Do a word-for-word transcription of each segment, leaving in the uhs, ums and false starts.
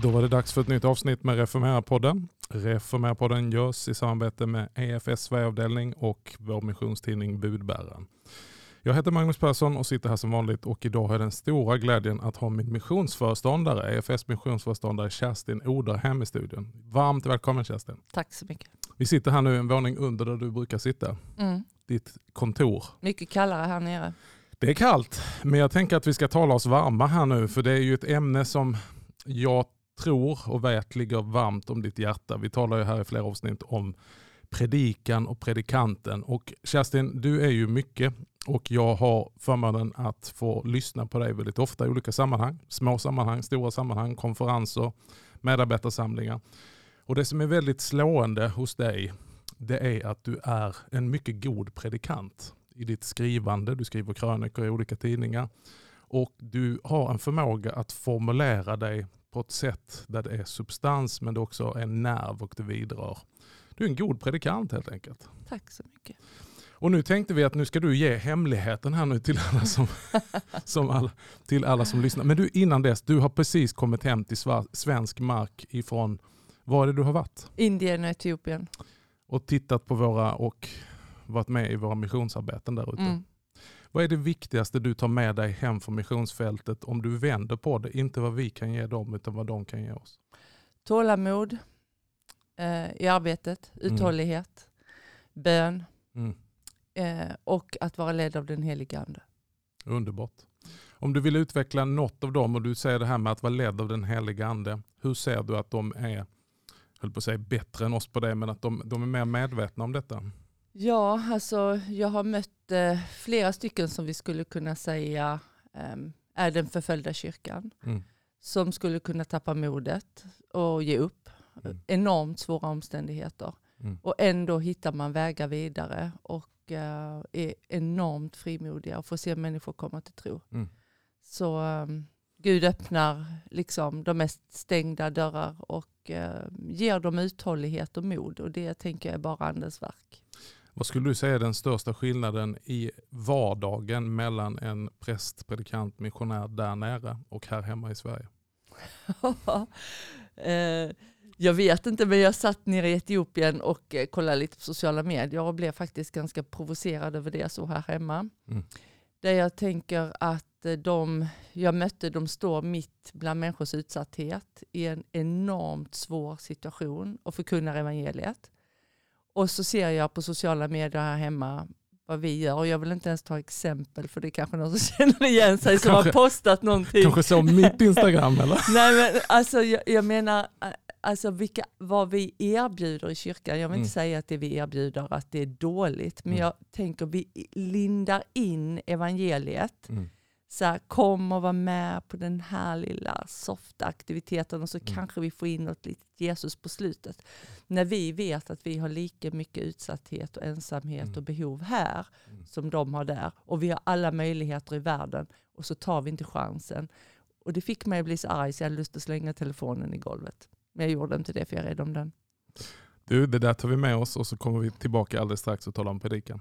Då var det dags för ett nytt avsnitt med Reformera-podden. Reformera-podden görs i samarbete med E F S Sverigeavdelning och vår missionstidning Budbäraren. Jag heter Magnus Persson och sitter här som vanligt, och idag har jag den stora glädjen att ha min missionsföreståndare, E F S missionsföreståndare Kerstin Oderhem i studion. Varmt välkommen Kerstin. Tack så mycket. Vi sitter här nu en våning under där du brukar sitta. Mm. Ditt kontor. Mycket kallare här nere. Det är kallt, men jag tänker att vi ska tala oss varma här nu, för det är ju ett ämne som jag tror och vet ligger varmt om ditt hjärta. Vi talar ju här i flera avsnitt om predikan och predikanten. Och Kerstin, du är ju mycket, och jag har förmånen att få lyssna på dig väldigt ofta i olika sammanhang. Små sammanhang, stora sammanhang, konferenser, medarbetarsamlingar. Och det som är väldigt slående hos dig, det är att du är en mycket god predikant i ditt skrivande. Du skriver krönikor i olika tidningar. Och du har en förmåga att formulera dig på ett sätt där det är substans, men det också är nerv och det vidrör. Du är en god predikant helt enkelt. Tack så mycket. Och nu tänkte vi att nu ska du ge hemligheten här nu till alla som, som all, till alla som lyssnar. Men du, innan dess, du har precis kommit hem till svensk mark ifrån, var är det du har varit? Indien och Etiopien. Och tittat på våra och varit med i våra missionsarbeten där ute. Mm. Vad är det viktigaste du tar med dig hem från missionsfältet om du vänder på det? Inte vad vi kan ge dem, utan vad de kan ge oss. Tålamod eh, i arbetet, uthållighet, mm. bön mm. Eh, och att vara ledd av den heliga ande. Underbart. Om du vill utveckla något av dem, och du säger det här med att vara ledd av den heliga ande, hur ser du att de är, höll på att säga, bättre än oss på det, men att de, de är mer medvetna om detta? Ja, alltså jag har mött eh, flera stycken som vi skulle kunna säga eh, är den förföljda kyrkan. Mm. Som skulle kunna tappa modet och ge upp. Mm. Enormt svåra omständigheter. Mm. Och ändå hittar man vägar vidare och eh, är enormt frimodiga och får se människor komma till tro. Mm. Så eh, Gud öppnar liksom de mest stängda dörrar och eh, ger dem uthållighet och mod. Och det tänker jag är bara andens verk. Vad skulle du säga är den största skillnaden i vardagen mellan en präst, predikant, missionär där nere och här hemma i Sverige? eh, jag vet inte, men jag satt nere i Etiopien och eh, kollade lite på sociala medier och blev faktiskt ganska provocerad över det så här hemma. Mm. Där jag tänker att de jag mötte, de står mitt bland människors utsatthet i en enormt svår situation och förkunnar evangeliet. Och så ser jag på sociala medier här hemma vad vi gör. Och jag vill inte ens ta exempel, för det är kanske någon som känner igen sig som kanske, har postat någonting. Kanske så mitt Instagram eller? Nej, men alltså jag, jag menar alltså vilka, vad vi erbjuder i kyrkan. Jag vill mm. inte säga att det vi erbjuder att det är dåligt. Men mm. jag tänker vi lindar in evangeliet. Mm. Så här, kom och var med på den här lilla softa aktiviteten, och så mm. kanske vi får in något litet Jesus på slutet. När vi vet att vi har lika mycket utsatthet och ensamhet mm. och behov här mm. som de har där. Och vi har alla möjligheter i världen, och så tar vi inte chansen. Och det fick mig att bli så arg så jag hade lust att slänga telefonen i golvet. Men jag gjorde inte det, för jag är rädd om den. Du, det där tar vi med oss, och så kommer vi tillbaka alldeles strax och tala om predikan.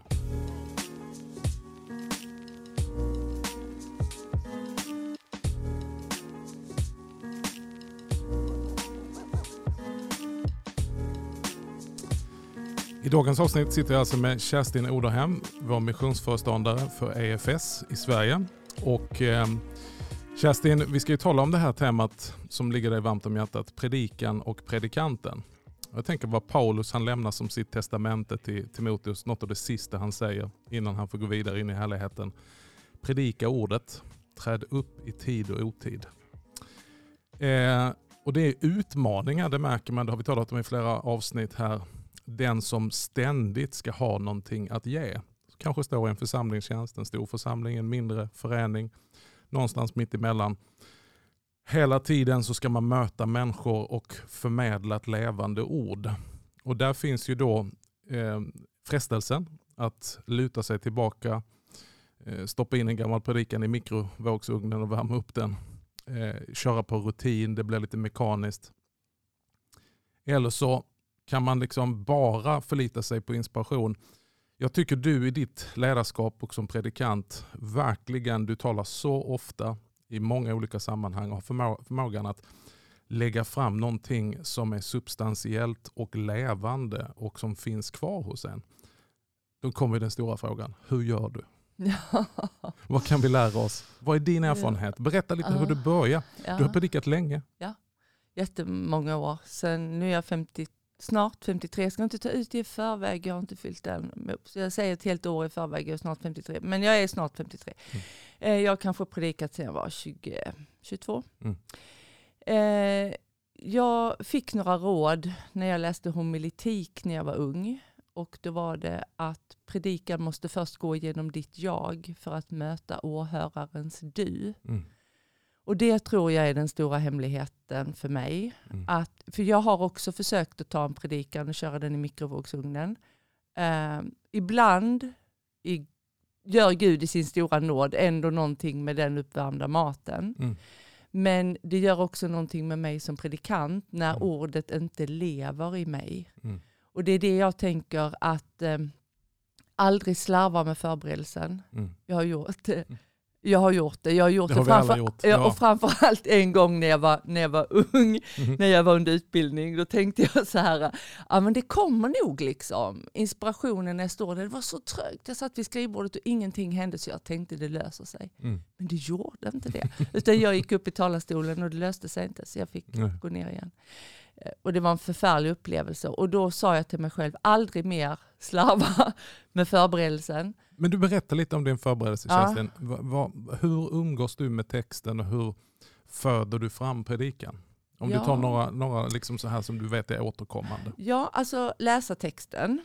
I dagens avsnitt sitter jag alltså med Kerstin Oderhem, vår missionsföreståndare för E F S i Sverige. Och eh, Kerstin, vi ska ju tala om det här temat som ligger dig varmt om hjärtat, predikan och predikanten. Jag tänker vad Paulus han lämnar som sitt testamente till Timoteus, något av det sista han säger innan han får gå vidare in i härligheten. Predika ordet, träd upp i tid och otid. Eh, och det är utmaningar, det märker man, det har vi talat om i flera avsnitt här. Den som ständigt ska ha någonting att ge. Kanske står i en församlingstjänst, en stor församling, en mindre förening, någonstans mitt emellan. Hela tiden så ska man möta människor och förmedla ett levande ord. Och där finns ju då eh, frestelsen att luta sig tillbaka, eh, stoppa in en gammal predikan i mikrovågsugnen och värma upp den. Eh, köra på rutin, det blir lite mekaniskt. Eller så kan man liksom bara förlita sig på inspiration. Jag tycker du i ditt ledarskap och som predikant verkligen, du talar så ofta i många olika sammanhang och har förmå- förmågan att lägga fram någonting som är substantiellt och levande och som finns kvar hos en. Då kommer den stora frågan, hur gör du? Ja. Vad kan vi lära oss? Vad är din erfarenhet? Berätta lite ja. hur du börjar. Ja. Du har predikat länge. Ja, jättemånga år. Sen, nu är jag femtio, snart femtiotre. Jag ska inte ta ut det i förväg. Jag har inte fyllt den. Så jag säger ett helt år i förväg. Jag är snart femtiotre. Men jag är snart femtiotre. Mm. Jag har kanske predikat sedan jag var tjugo, tjugotvå. Mm. Eh, jag fick några råd när jag läste homiletik när jag var ung. Och då var det att predikan måste först gå igenom ditt jag för att möta åhörarens du. Mm. Och det tror jag är den stora hemligheten för mig. Mm. Att, för jag har också försökt att ta en predikan och köra den i mikrovågsugnen. Uh, ibland i, gör Gud i sin stora nåd ändå någonting med den uppvärmda maten. Mm. Men det gör också någonting med mig som predikant när mm. ordet inte lever i mig. Mm. Och det är det jag tänker att eh, aldrig slarva med förberedelsen. Mm. Jag har gjort det. Jag har gjort det. Jag har gjort det, det har framför, gjort. Ja. Och framförallt en gång när jag var, när jag var ung, mm. när jag var under utbildning, då tänkte jag så här, ja men det kommer nog liksom. Inspirationen när jag står där, det var så trögt. Jag satt vid skrivbordet och ingenting hände så jag tänkte det löser sig. Mm. Men det gjorde inte det. Utan jag gick upp i talarstolen och det löste sig inte så jag fick mm. gå ner igen. Och det var en förfärlig upplevelse. Och då sa jag till mig själv, aldrig mer slarva med förberedelsen. Men du berättar lite om din förberedelse, ja. Kerstin. Va, va, hur umgås du med texten och hur föder du fram predikan? Om ja. du tar några, några liksom så här som du vet är återkommande. Ja, alltså läsa texten.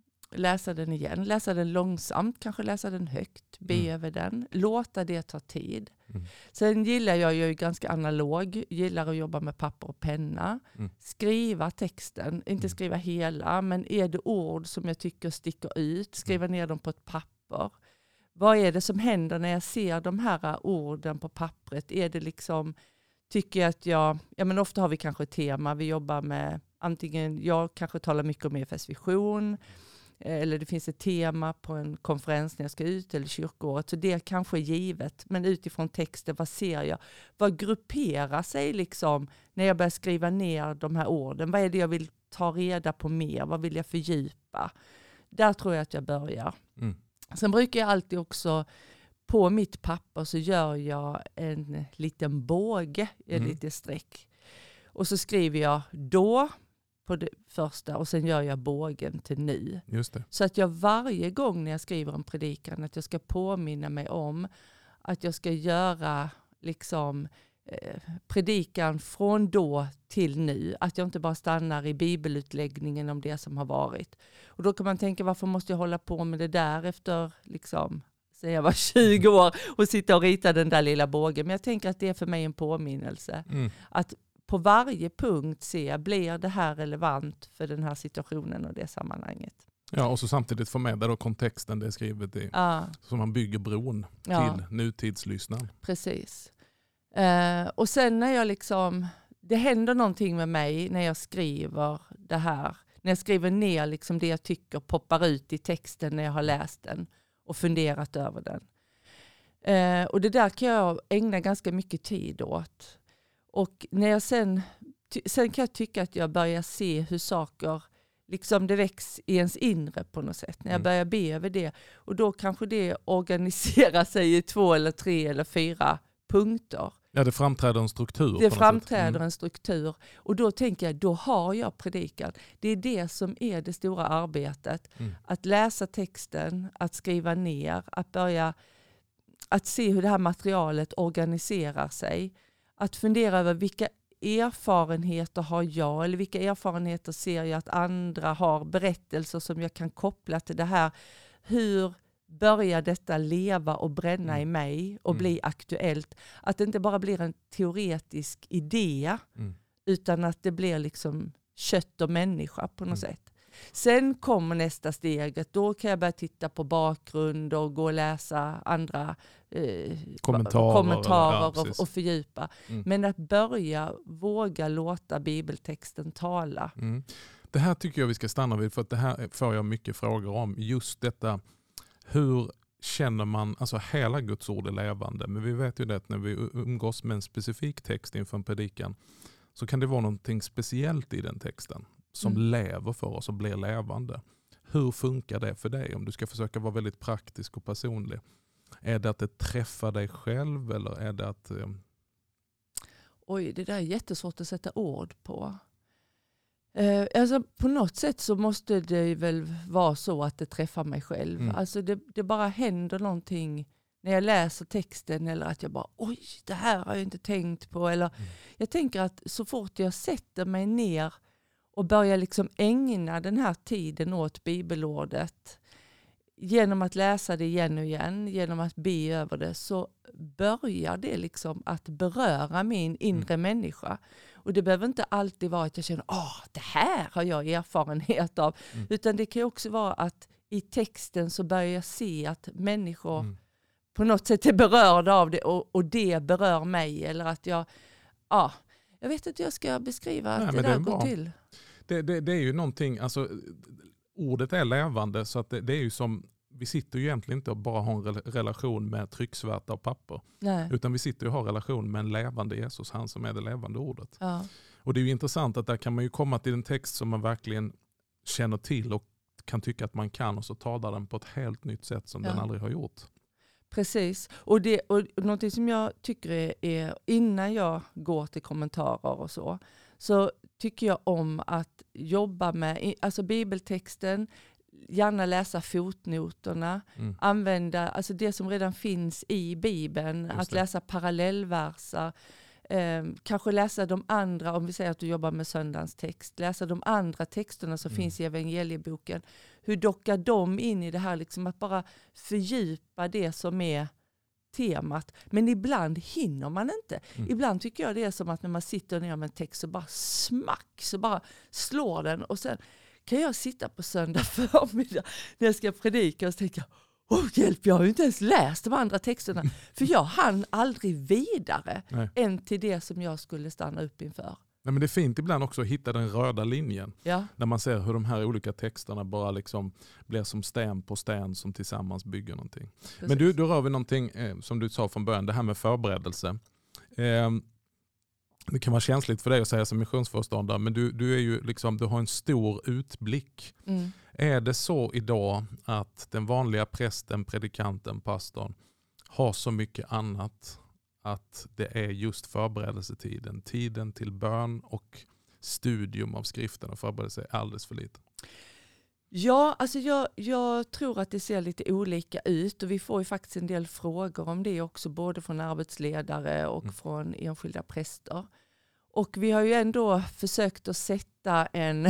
Läsa den igen. Läsa den långsamt. Kanske läsa den högt. Be mm. över den. Låta det ta tid. Mm. Sen gillar jag ju ganska analog. Gillar att jobba med papper och penna. Mm. Skriva texten. Inte mm. skriva hela. Men är det ord som jag tycker sticker ut. Skriva ner dem på ett papper. Vad är det som händer när jag ser de här orden på pappret? Är det liksom... Tycker jag att jag... Ja men ofta har vi kanske ett tema. Vi jobbar med... Antingen jag kanske talar mycket om E F S vision. Eller det finns ett tema på en konferens när jag ska ut eller kyrkoåret. Så det kanske är givet. Men utifrån texten, vad ser jag? Vad grupperar sig liksom när jag börjar skriva ner de här orden? Vad är det jag vill ta reda på mer? Vad vill jag fördjupa? Där tror jag att jag börjar. Mm. Sen brukar jag alltid också, på mitt papper så gör jag en liten båge, en mm. liten streck. Och så skriver jag då på det första och sen gör jag bågen till nu. Just det. Så att jag varje gång när jag skriver en predikan att jag ska påminna mig om att jag ska göra liksom eh, predikan från då till nu. Att jag inte bara stannar i bibelutläggningen om det som har varit. Och då kan man tänka, varför måste jag hålla på med det där efter liksom, sen jag var tjugo år och sitta och rita den där lilla bågen. Men jag tänker att det är för mig en påminnelse. Mm. Att på varje punkt se, blir det här relevant för den här situationen och det sammanhanget. Ja, och så samtidigt få med där då kontexten det är skrivet i. Ja. Så man bygger bron ja. till nutidslyssnaren. Precis. Uh, och sen när jag liksom, det händer någonting med mig när jag skriver det här. När jag skriver ner liksom det jag tycker poppar ut i texten när jag har läst den och funderat över den. Uh, och det där kan jag ägna ganska mycket tid åt. Och när jag sen, sen kan jag tycka att jag börjar se hur saker, liksom det väcks i ens inre på något sätt. När jag börjar be över det. Och då kanske det organiserar sig i två eller tre eller fyra punkter. Ja, det framträder en struktur. Det framträder mm. en struktur. Och då tänker jag, då har jag predikan. Det är det som är det stora arbetet. Mm. Att läsa texten, att skriva ner, att börja, att se hur det här materialet organiserar sig. Att fundera över vilka erfarenheter har jag eller vilka erfarenheter ser jag att andra har, berättelser som jag kan koppla till det här. Hur börjar detta leva och bränna mm. i mig och mm. bli aktuellt? Att det inte bara blir en teoretisk idé mm. utan att det blir liksom kött och människa på något mm. sätt. Sen kommer nästa steg, att då kan jag börja titta på bakgrund och gå och läsa andra eh, kommentarer, kommentarer ja, och, och fördjupa. Mm. Men att börja våga låta bibeltexten tala. Mm. Det här tycker jag vi ska stanna vid, för att det här får jag mycket frågor om. Just detta, hur känner man, alltså hela Guds ord är levande, men vi vet ju det att när vi umgås med en specifik text inför en predikan så kan det vara någonting speciellt i den texten som mm. lever för oss och blir levande. Hur funkar det för dig om du ska försöka vara väldigt praktisk och personlig? Är det att det träffar dig själv eller är det att... Eh... Oj, det där är jättesvårt att sätta ord på. Eh, alltså på något sätt så måste det väl vara så att det träffar mig själv. Mm. Alltså det, det bara händer någonting när jag läser texten eller att jag bara oj, det här har jag inte tänkt på. Eller mm. jag tänker att så fort jag sätter mig ner och börjar liksom ägna den här tiden åt bibelordet genom att läsa det igen och igen, genom att be över det, så börjar det liksom att beröra min inre mm. människa. Och det behöver inte alltid vara att jag känner åh, det här har jag erfarenhet av. Mm. Utan det kan också vara att i texten så börjar jag se att människor mm. på något sätt är berörda av det och, och det berör mig. Eller att jag, ja, jag vet inte hur jag ska beskriva att Nej, det där det går till. Det, det, det är ju någonting, alltså ordet är levande så att det, det är ju som, vi sitter ju egentligen inte och bara har en relation med trycksvärta och papper. Nej. Utan vi sitter och har en relation med en levande Jesus, han som är det levande ordet. Ja. Och det är ju intressant att där kan man ju komma till en text som man verkligen känner till och kan tycka att man kan och så talar den på ett helt nytt sätt som ja. den aldrig har gjort. Precis. Och, det, och någonting som jag tycker är, är innan jag går till kommentarer och så, så tycker jag om att jobba med alltså bibeltexten, gärna läsa fotnoterna, mm. använda alltså det som redan finns i Bibeln, att läsa parallellverser, eh, kanske läsa de andra, om vi säger att du jobbar med söndagens text, läsa de andra texterna som mm. finns i evangelieboken. Hur dockar de in i det här, liksom att bara fördjupa det som är temat. Men ibland hinner man inte. Mm. Ibland tycker jag det är som att när man sitter ner med en text så bara smack, så bara slår den och sen kan jag sitta på söndag förmiddag när jag ska predika och tänka åh hjälp, jag har ju inte ens läst de andra texterna. För jag hann aldrig vidare Nej. än till det som jag skulle stanna upp inför. Nej, men det är fint ibland också att hitta den röda linjen. Ja. När man ser hur de här olika texterna bara liksom blir som sten på sten som tillsammans bygger någonting. Precis. Men du, då rör vi någonting eh, som du sa från början, det här med förberedelse. Eh, det kan vara känsligt för dig att säga som missionsföreståndare, men du, du, är ju liksom, du har en stor utblick. Mm. Är det så idag att den vanliga prästen, predikanten, pastorn har så mycket annat att det är just förberedelsetiden, tiden till bön och studium av skriften och förberedelse är alldeles för lite? Ja, alltså jag, jag tror att det ser lite olika ut och vi får ju faktiskt en del frågor om det också, både från arbetsledare och mm. från enskilda präster. Och vi har ju ändå försökt att sätta en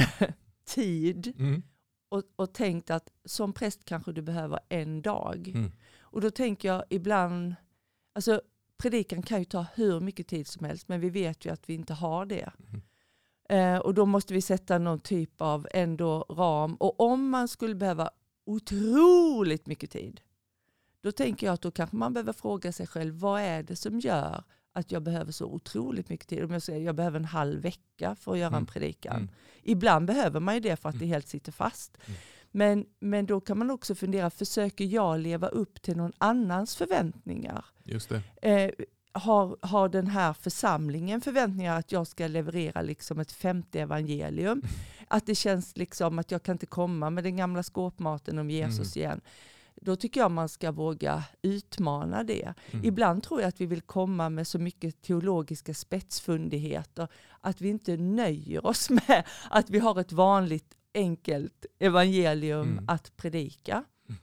tid mm. och, och tänkt att som präst kanske du behöver en dag. Mm. Och då tänker jag ibland, alltså predikan kan ju ta hur mycket tid som helst, men vi vet ju att vi inte har det. Mm. Eh, och då måste vi sätta någon typ av ändå ram. Och om man skulle behöva otroligt mycket tid, då tänker jag att då kanske man behöver fråga sig själv, vad är det som gör att jag behöver så otroligt mycket tid? Om jag säger jag behöver en halv vecka för att göra mm. en predikan. Mm. Ibland behöver man ju det för att det helt sitter fast. Mm. Men, men då kan man också fundera, försöker jag leva upp till någon annans förväntningar? Just det. Eh, har, har den här församlingen förväntningar att jag ska leverera liksom ett femte evangelium? Att det känns liksom att jag kan inte komma med den gamla skåpmaten om Jesus mm. igen. Då tycker jag man ska våga utmana det. Mm. Ibland tror jag att vi vill komma med så mycket teologiska spetsfundigheter att vi inte nöjer oss med att vi har ett vanligt enkelt evangelium mm. att predika.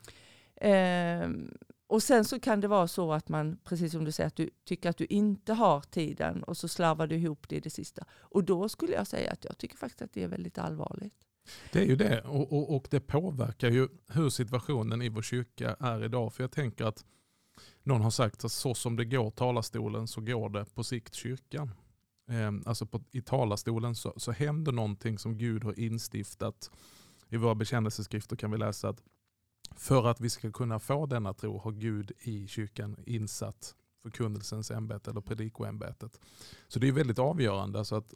Mm. Eh, och sen så kan det vara så att man, precis som du säger, att du tycker att du inte har tiden och så slarvar du ihop det i det sista. Och då skulle jag säga att jag tycker faktiskt att det är väldigt allvarligt. Det är ju det och, och, och det påverkar ju hur situationen i vår kyrka är idag. För jag tänker att någon har sagt att så som det går talarstolen så går det på sikt kyrkan. Eh, alltså på, i talarstolen så, så händer någonting som Gud har instiftat. I våra bekännelseskrifter kan vi läsa att för att vi ska kunna få denna tro har Gud i kyrkan insatt förkunnelsens ämbete eller predikoämbetet. Så det är väldigt avgörande alltså att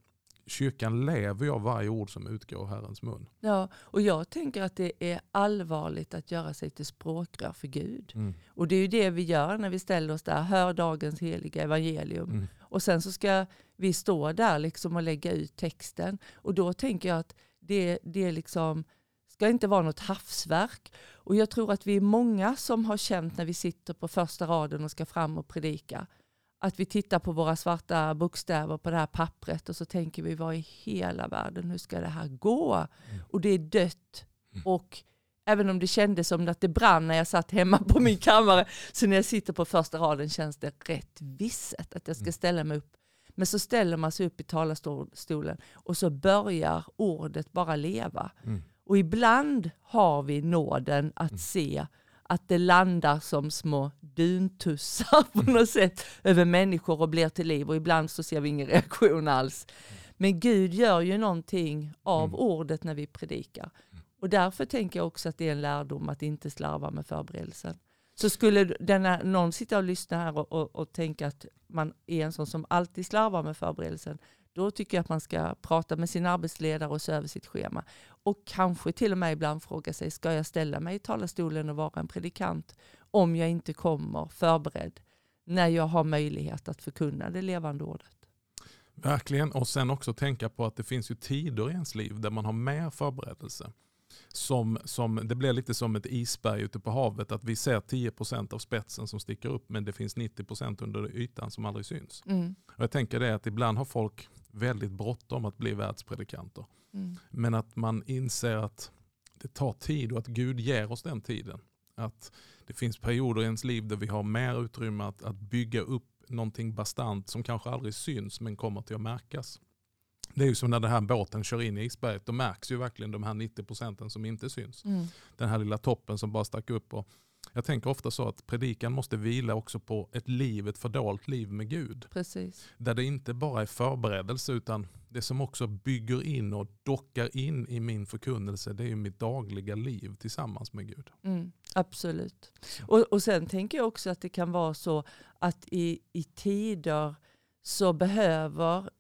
kyrkan lever ju av varje ord som utgår ur Herrens mun. Ja, och jag tänker att det är allvarligt att göra sig till språkrör för Gud. Mm. Och det är ju det vi gör när vi ställer oss där, hör dagens heliga evangelium. Mm. Och sen så ska vi stå där liksom och lägga ut texten. Och då tänker jag att det, det liksom ska inte vara något havsverk. Och jag tror att vi är många som har känt när vi sitter på första raden och ska fram och predika. Att vi tittar på våra svarta bokstäver på det här pappret och så tänker vi, vad i hela världen, hur ska det här gå? Mm. Och det är dött. Mm. Och även om det kändes som att det brann när jag satt hemma på min kammare, så när jag sitter på första raden känns det rätt visset att jag ska ställa mig upp. Men så ställer man sig upp i talarstolen och så börjar ordet bara leva. Mm. Och ibland har vi nåden att mm. se att det landar som små duntussar på något sätt över människor och blir till liv. Och ibland så ser vi ingen reaktion alls. Men Gud gör ju någonting av mm. ordet när vi predikar. Och därför tänker jag också att det är en lärdom att inte slarva med förberedelsen. Så skulle denna, någon sitta och lyssna här och, och, och tänka att man är en sån som alltid slarvar med förberedelsen, då tycker jag att man ska prata med sin arbetsledare och se över sitt schema. Och kanske till och med ibland fråga sig, ska jag ställa mig i talarstolen och vara en predikant om jag inte kommer förberedd när jag har möjlighet att förkunna det levande ordet? Verkligen, och sen också tänka på att det finns ju tider i ens liv där man har mer förberedelse. Som, som, det blir lite som ett isberg ute på havet, att vi ser tio procent av spetsen som sticker upp, men det finns nittio procent under ytan som aldrig syns. Mm. Och jag tänker det att ibland har folk väldigt bråttom att bli världspredikanter. Mm. Men att man inser att det tar tid och att Gud ger oss den tiden. Att det finns perioder i ens liv där vi har mer utrymme att, att bygga upp någonting bastant som kanske aldrig syns men kommer till att märkas. Det är ju som när den här båten kör in i isberget. Då märks ju verkligen de här nittio procenten som inte syns. Mm. Den här lilla toppen som bara stack upp. Och jag tänker ofta så att predikan måste vila också på ett liv, ett fördolt liv med Gud. Precis. Där det inte bara är förberedelse utan det som också bygger in och dockar in i min förkunnelse, det är ju mitt dagliga liv tillsammans med Gud. Mm, absolut. Och, och sen tänker jag också att det kan vara så att i, i tider så behöver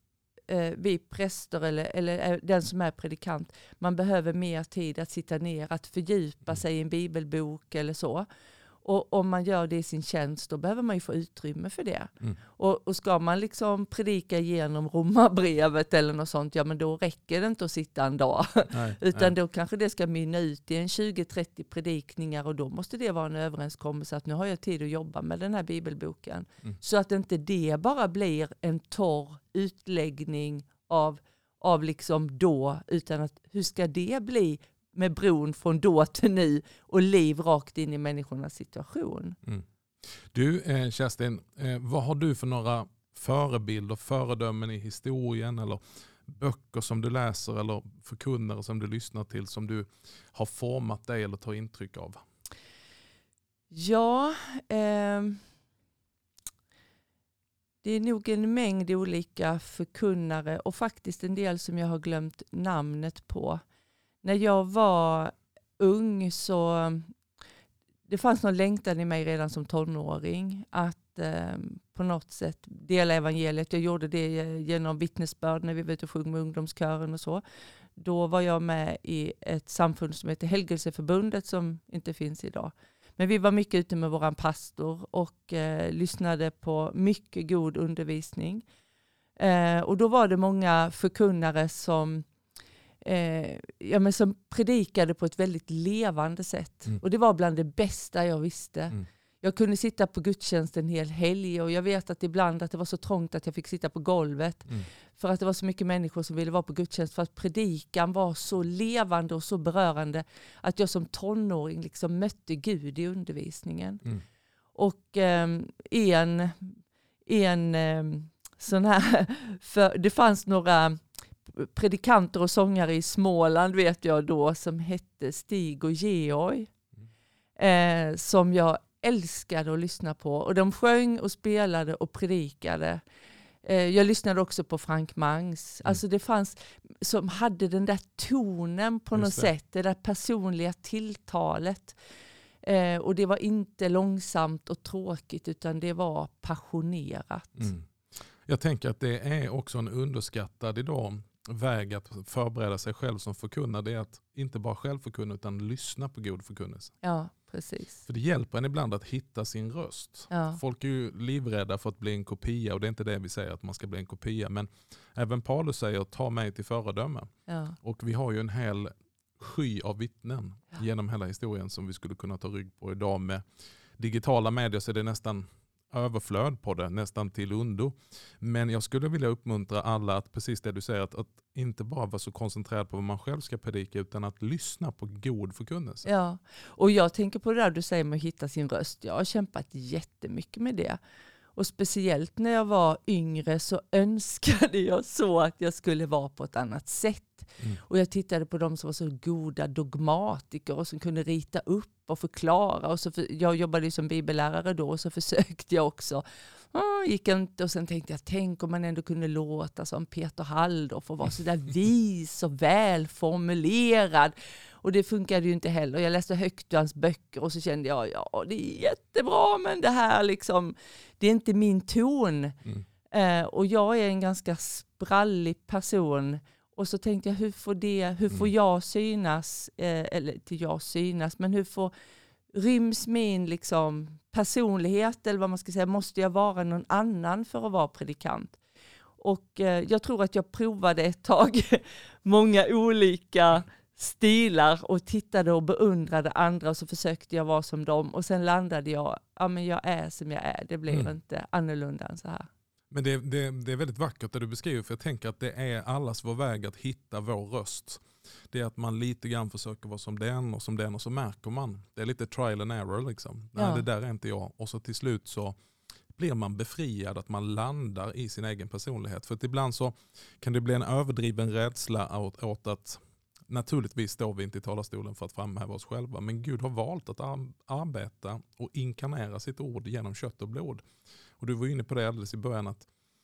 vi präster eller, eller den som är predikant, man behöver mer tid att sitta ner, att fördjupa sig i en bibelbok eller så. Och om man gör det i sin tjänst, då behöver man ju få utrymme för det. Mm. Och, och ska man liksom predika igenom Romarbrevet eller något sånt, ja men då räcker det inte att sitta en dag. Nej, Utan nej. Då kanske det ska mynna ut i en tjugo trettio predikningar och då måste det vara en överenskommelse att nu har jag tid att jobba med den här bibelboken. Mm. Så att inte det bara blir en torr utläggning av, av liksom då, utan att hur ska det bli med bron från då till nu och liv rakt in i människornas situation. Mm. Du eh, Kerstin, eh, vad har du för några förebilder, föredömen i historien eller böcker som du läser eller förkunnare som du lyssnar till som du har format dig eller tar intryck av? Ja, eh, det är nog en mängd olika förkunnare och faktiskt en del som jag har glömt namnet på. När jag var ung så det fanns någon längtan i mig redan som tonåring att eh, på något sätt dela evangeliet. Jag gjorde det genom vittnesbörd när vi var ute och sjöng med ungdomskören och så. Då var jag med i ett samfund som heter Helgelseförbundet som inte finns idag. Men vi var mycket ute med våran pastor och eh, lyssnade på mycket god undervisning. Eh, och då var det många förkunnare som Eh, ja, men som predikade på ett väldigt levande sätt. Mm. Och det var bland det bästa jag visste. Mm. Jag kunde sitta på gudstjänst en hel helg och jag vet att ibland att det var så trångt att jag fick sitta på golvet. Mm. För att det var så mycket människor som ville vara på gudstjänst. För att predikan var så levande och så berörande att jag som tonåring liksom mötte Gud i undervisningen. Mm. Och eh, en, en eh, sån här, för det fanns några predikanter och sångare i Småland vet jag då som hette Stig och Georg mm. eh, som jag älskade att lyssna på och de sjöng och spelade och predikade. Eh, jag lyssnade också på Frank Mangs. Mm. Alltså det fanns som hade den där tonen på Just något det. sätt, det där personliga tilltalet. Eh, och det var inte långsamt och tråkigt utan det var passionerat. Mm. Jag tänker att det är också en underskattad idag väg att förbereda sig själv som förkunnare, det är att inte bara själv förkunna utan lyssna på god förkunnelse. Ja, precis. För det hjälper en ibland att hitta sin röst. Ja. Folk är ju livrädda för att bli en kopia, och det är inte det vi säger att man ska bli en kopia. Men även Paulus säger ta mig till föredöme. Ja. Och vi har ju en hel sky av vittnen ja. genom hela historien som vi skulle kunna ta rygg på idag. Med digitala medier så är det nästan överflöd på det, nästan till undo. Men jag skulle vilja uppmuntra alla att precis det du säger, att, att inte bara vara så koncentrerad på vad man själv ska predika utan att lyssna på god förkunnelse. Ja, och jag tänker på det där du säger med att hitta sin röst. Jag har kämpat jättemycket med det. Och speciellt när jag var yngre så önskade jag så att jag skulle vara på ett annat sätt. Mm. Och jag tittade på de som var så goda dogmatiker och som kunde rita upp och förklara. Och så för, jag jobbade ju som bibellärare då, och så försökte jag också. Ah, gick inte, och sen tänkte jag, tänk om man ändå kunde låta som Peter Halldorf och vara så där vis och välformulerad. Och det funkade ju inte heller. Jag läste högt ur hans böcker och så kände jag, ja det är jättebra, men det här liksom, det är inte min ton. Mm. Eh, och jag är en ganska sprallig person. Och så tänkte jag, hur får, det, hur får jag synas, eh, eller till jag synas, men hur får ryms min liksom, personlighet, eller vad man ska säga, måste jag vara någon annan för att vara predikant? Och eh, jag tror att jag provade ett tag många olika stilar och tittade och beundrade andra, och så försökte jag vara som dem, och sen landade jag, ja men jag är som jag är, det blir mm. inte annorlunda än så här. Men det, det, det är väldigt vackert det du beskriver, för jag tänker att det är allas vår väg att hitta vår röst. Det är att man lite grann försöker vara som den och som den, och så märker man. Det är lite trial and error liksom. Nej, ja. Det där är inte jag. Och så till slut så blir man befriad, att man landar i sin egen personlighet. För att ibland så kan det bli en överdriven rädsla åt, åt att naturligtvis står vi inte i talarstolen för att framhäva oss själva, men Gud har valt att ar- arbeta och inkarnera sitt ord genom kött och blod. Och du var inne på det alldeles i början, att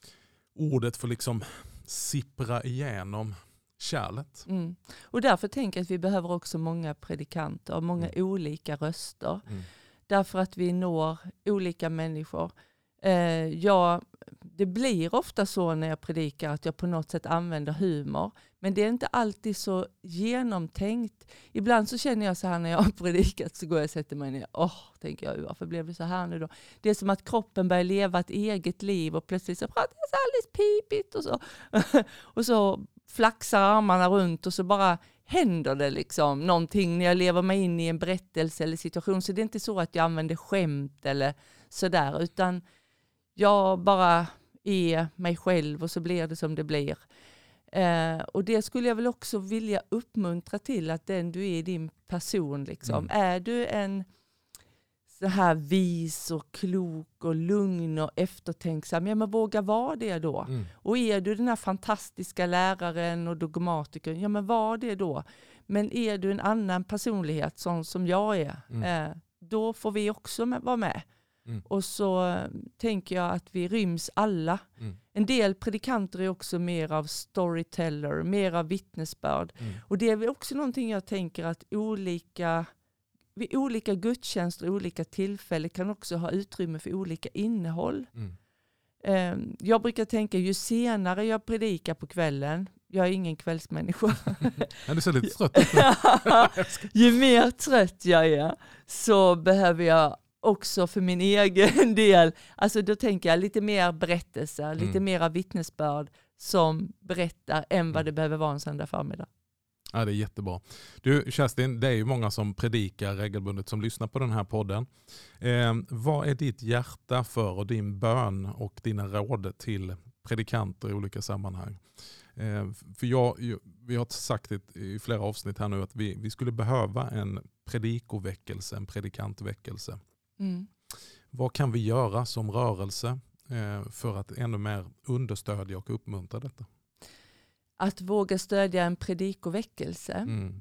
ordet får liksom sippra igenom kärlet. Mm. Och därför tänker jag att vi behöver också många predikanter, många mm. olika röster. Mm. Därför att vi når olika människor. Eh, jag, det blir ofta så när jag predikar att jag på något sätt använder humor. Men det är inte alltid så genomtänkt. Ibland så känner jag så här när jag har predikat, så går jag och sätter mig ner. Åh, tänker jag, varför blev det så här nu då? Det är som att kroppen börjar leva ett eget liv och plötsligt så pratar jag så alldeles pipigt och så. Och så flaxar armarna runt och så bara händer det liksom någonting när jag lever mig in i en berättelse eller situation. Så det är inte så att jag använder skämt eller sådär, utan jag bara är mig själv och så blir det som det blir. Eh, och det skulle jag väl också vilja uppmuntra till, att den du är i din person liksom. Mm. Är du en så här vis och klok och lugn och eftertänksam, ja men våga vara det då. Mm. Och är du den här fantastiska läraren och dogmatikern, ja men var det då. Men är du en annan personlighet som, som jag är, mm. eh, då får vi också med, vara med. Mm. Och så äh, tänker jag att vi ryms alla. Mm. En del predikanter är också mer av storyteller, mer av vittnesbörd. Mm. Och det är väl också någonting jag tänker att olika, vid olika gudstjänster och olika tillfällen kan också ha utrymme för olika innehåll. Mm. Um, jag brukar tänka, ju senare jag predikar på kvällen, jag är ingen kvällsmänniska. Ja, du ser lite trött ut. Ju mer trött jag är så behöver jag också för min egen del, alltså då tänker jag lite mer berättelser, mm. lite mer vittnesbörd som berättar än vad det behöver vara en söndag förmiddag. Ja, det är jättebra. Du Kerstin, det är ju många som predikar regelbundet som lyssnar på den här podden. Eh, vad är ditt hjärta för och din bön och dina råd till predikanter i olika sammanhang? Eh, för jag, vi har sagt det i flera avsnitt här nu att vi, vi skulle behöva en predikoväckelse, en predikantväckelse. Mm. Vad kan vi göra som rörelse eh, för att ännu mer understödja och uppmuntra detta? Att våga stödja en predikoväckelse. Mm.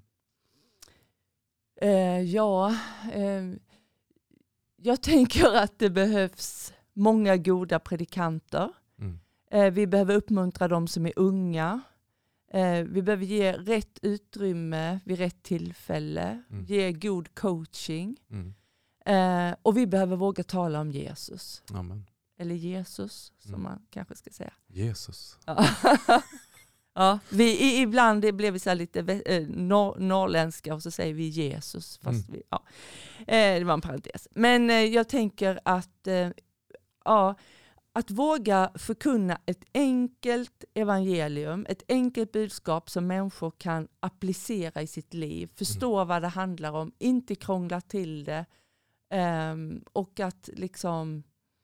Eh, ja, eh, jag tänker att det behövs många goda predikanter. Mm. Eh, vi behöver uppmuntra de som är unga. Eh, vi behöver ge rätt utrymme vid rätt tillfälle. Mm. Ge god coaching. Mm. Eh, och vi behöver våga tala om Jesus. Amen. Eller Jesus, som mm. man kanske ska säga. Jesus. Ja, vi, ibland det blev vi så här lite eh, norr, norrländska och så säger vi Jesus. Fast mm. vi, ja. eh, det var en parentes. Men eh, jag tänker att, eh, ja, att våga förkunna ett enkelt evangelium, ett enkelt budskap som människor kan applicera i sitt liv, förstå mm. vad det handlar om, inte krångla till det eh, och att liksom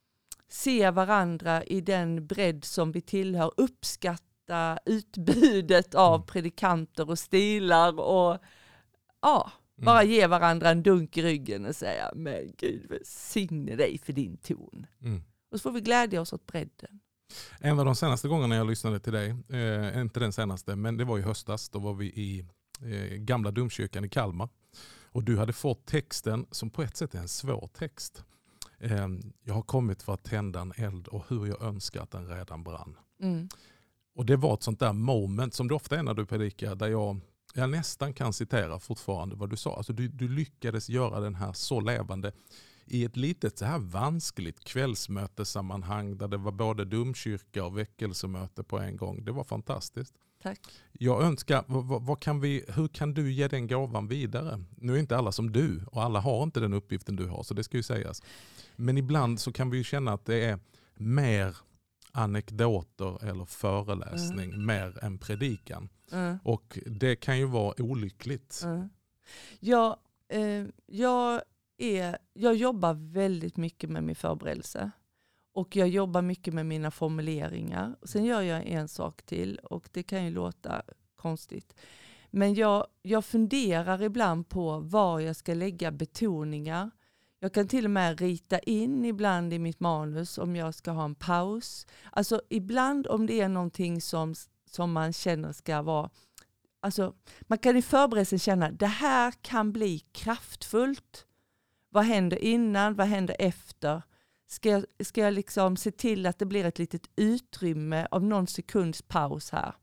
se varandra i den bredd som vi tillhör, uppskatta utbudet av mm. predikanter och stilar och ja, bara mm. ge varandra en dunk i ryggen och säga, men Gud välsigne dig för din ton. Mm. Och så får vi glädja oss åt bredden. En av de senaste gångerna jag lyssnade till dig, eh, inte den senaste, men det var i höstas, då var vi i eh, gamla domkyrkan i Kalmar. Och du hade fått texten som på ett sätt är en svår text. Eh, jag har kommit för att tända en eld och hur jag önskar att den redan brann. Mm. Och det var ett sånt där moment som det ofta är när du predikar, där jag, jag nästan kan citera fortfarande vad du sa. Alltså du, du lyckades göra den här så levande i ett litet så här vanskligt kvällsmötesammanhang där det var både domkyrka och väckelsemöte på en gång. Det var fantastiskt. Tack. Jag önskar, vad, vad kan vi, hur kan du ge den gåvan vidare? Nu är inte alla som du och alla har inte den uppgiften du har, så det ska ju sägas. Men ibland så kan vi ju känna att det är mer anekdoter eller föreläsning, mm. mer än predikan. Mm. Och det kan ju vara olyckligt. Mm. Ja, eh, jag, är, jag jobbar väldigt mycket med min förberedelse. Och jag jobbar mycket med mina formuleringar. Sen gör jag en sak till och det kan ju låta konstigt. Men jag, jag funderar ibland på var jag ska lägga betoningar. Jag kan till och med rita in ibland i mitt manus om jag ska ha en paus. Alltså ibland om det är någonting som, som man känner ska vara... Alltså man kan i förberedelsen känna att det här kan bli kraftfullt. Vad händer innan? Vad händer efter? Ska jag, ska jag liksom se till att det blir ett litet utrymme av någon sekunds paus här?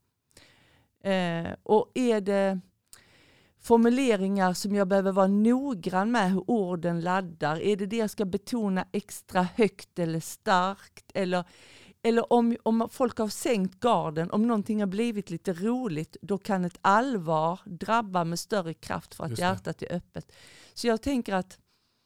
Eh, och är det formuleringar som jag behöver vara noggrann med hur orden laddar? Är det det jag ska betona extra högt eller starkt? Eller, eller om, om folk har sänkt garden, om någonting har blivit lite roligt, då kan ett allvar drabba med större kraft för att hjärtat är öppet. Så jag tänker att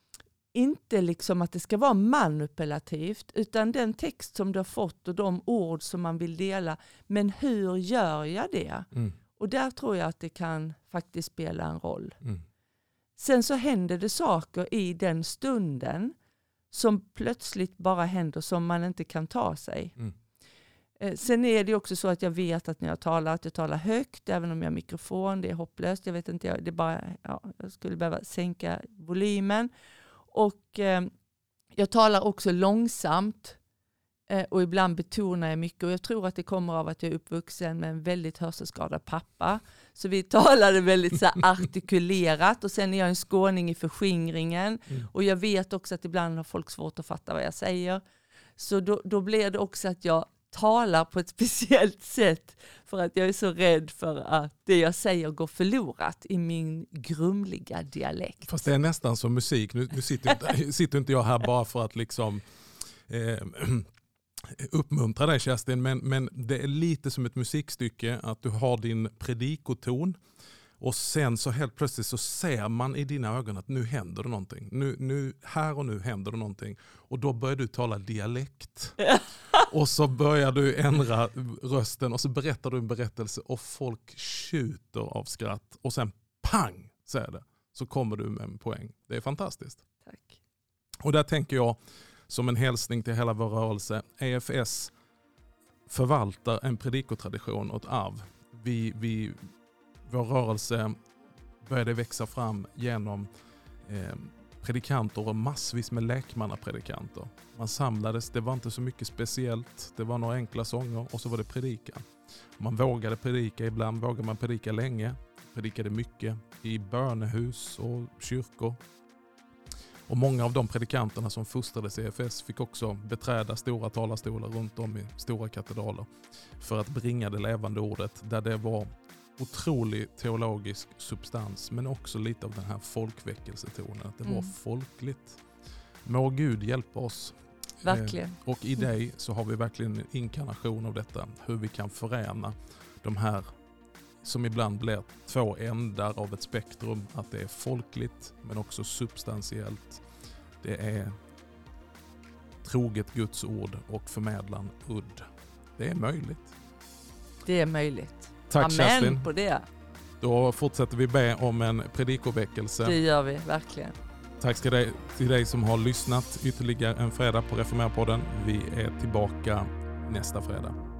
inte liksom att det ska vara manipulativt, utan den text som du har fått och de ord som man vill dela. Men hur gör jag det? Mm. Och där tror jag att det kan faktiskt spela en roll. Mm. Sen så händer det saker i den stunden som plötsligt bara händer som man inte kan ta sig. Mm. Eh, sen är det också så att jag vet att när jag talar, att jag talar högt, även om jag har mikrofon, det är hopplöst. Jag vet inte, jag, det är bara, ja, jag skulle behöva sänka volymen. Och eh, jag talar också långsamt eh, och ibland betonar jag mycket. Och jag tror att det kommer av att jag är uppvuxen med en väldigt hörselskadad pappa. Så vi talade väldigt så här artikulerat. Och sen är jag en skåning i förskingringen. Mm. Och jag vet också att ibland har folk svårt att fatta vad jag säger. Så då, då blir det också att jag talar på ett speciellt sätt för att jag är så rädd för att det jag säger går förlorat i min grumliga dialekt. Fast det är nästan som musik. Nu, nu sitter, inte, sitter inte jag här bara för att liksom eh, uppmuntra dig, Kerstin, men, men det är lite som ett musikstycke att du har din predikoton och sen så helt plötsligt så ser man i dina ögon att nu händer det någonting. Nu, nu, här och nu händer det någonting. Och då börjar du tala dialekt. Och så börjar du ändra rösten och så berättar du en berättelse och folk tjuter av skratt. Och sen pang, säger det. Så kommer du med en poäng. Det är fantastiskt. Tack. Och där tänker jag som en hälsning till hela vår rörelse. E F S förvaltar en predikotradition och ett arv. Vi... vi Vår rörelse började växa fram genom eh, predikanter och massvis med lekmannapredikanter. Man samlades, det var inte så mycket speciellt. Det var några enkla sånger och så var det predikan. Man vågade predika, ibland vågade man predika länge. Predikade mycket i bönehus och kyrkor. Och många av de predikanterna som fostrades i E F S fick också beträda stora talarstolar runt om i stora katedraler för att bringa det levande ordet där det var otrolig teologisk substans men också lite av den här folkväckelsetonen, att det mm. var folkligt. Må Gud hjälpa oss. Verkligen. Eh, och i dig så har vi verkligen en inkarnation av detta, hur vi kan förena de här som ibland blir två ändar av ett spektrum, att det är folkligt men också substantiellt. Det är troget Guds ord och förmedlan udd. Det är möjligt. Det är möjligt. Tack Amen Kerstin. på det. Då fortsätter vi be om en predikoväckelse. Det gör vi, verkligen. Tack ska dig, till dig som har lyssnat ytterligare en fredag på Reformerpodden. Vi är tillbaka nästa fredag.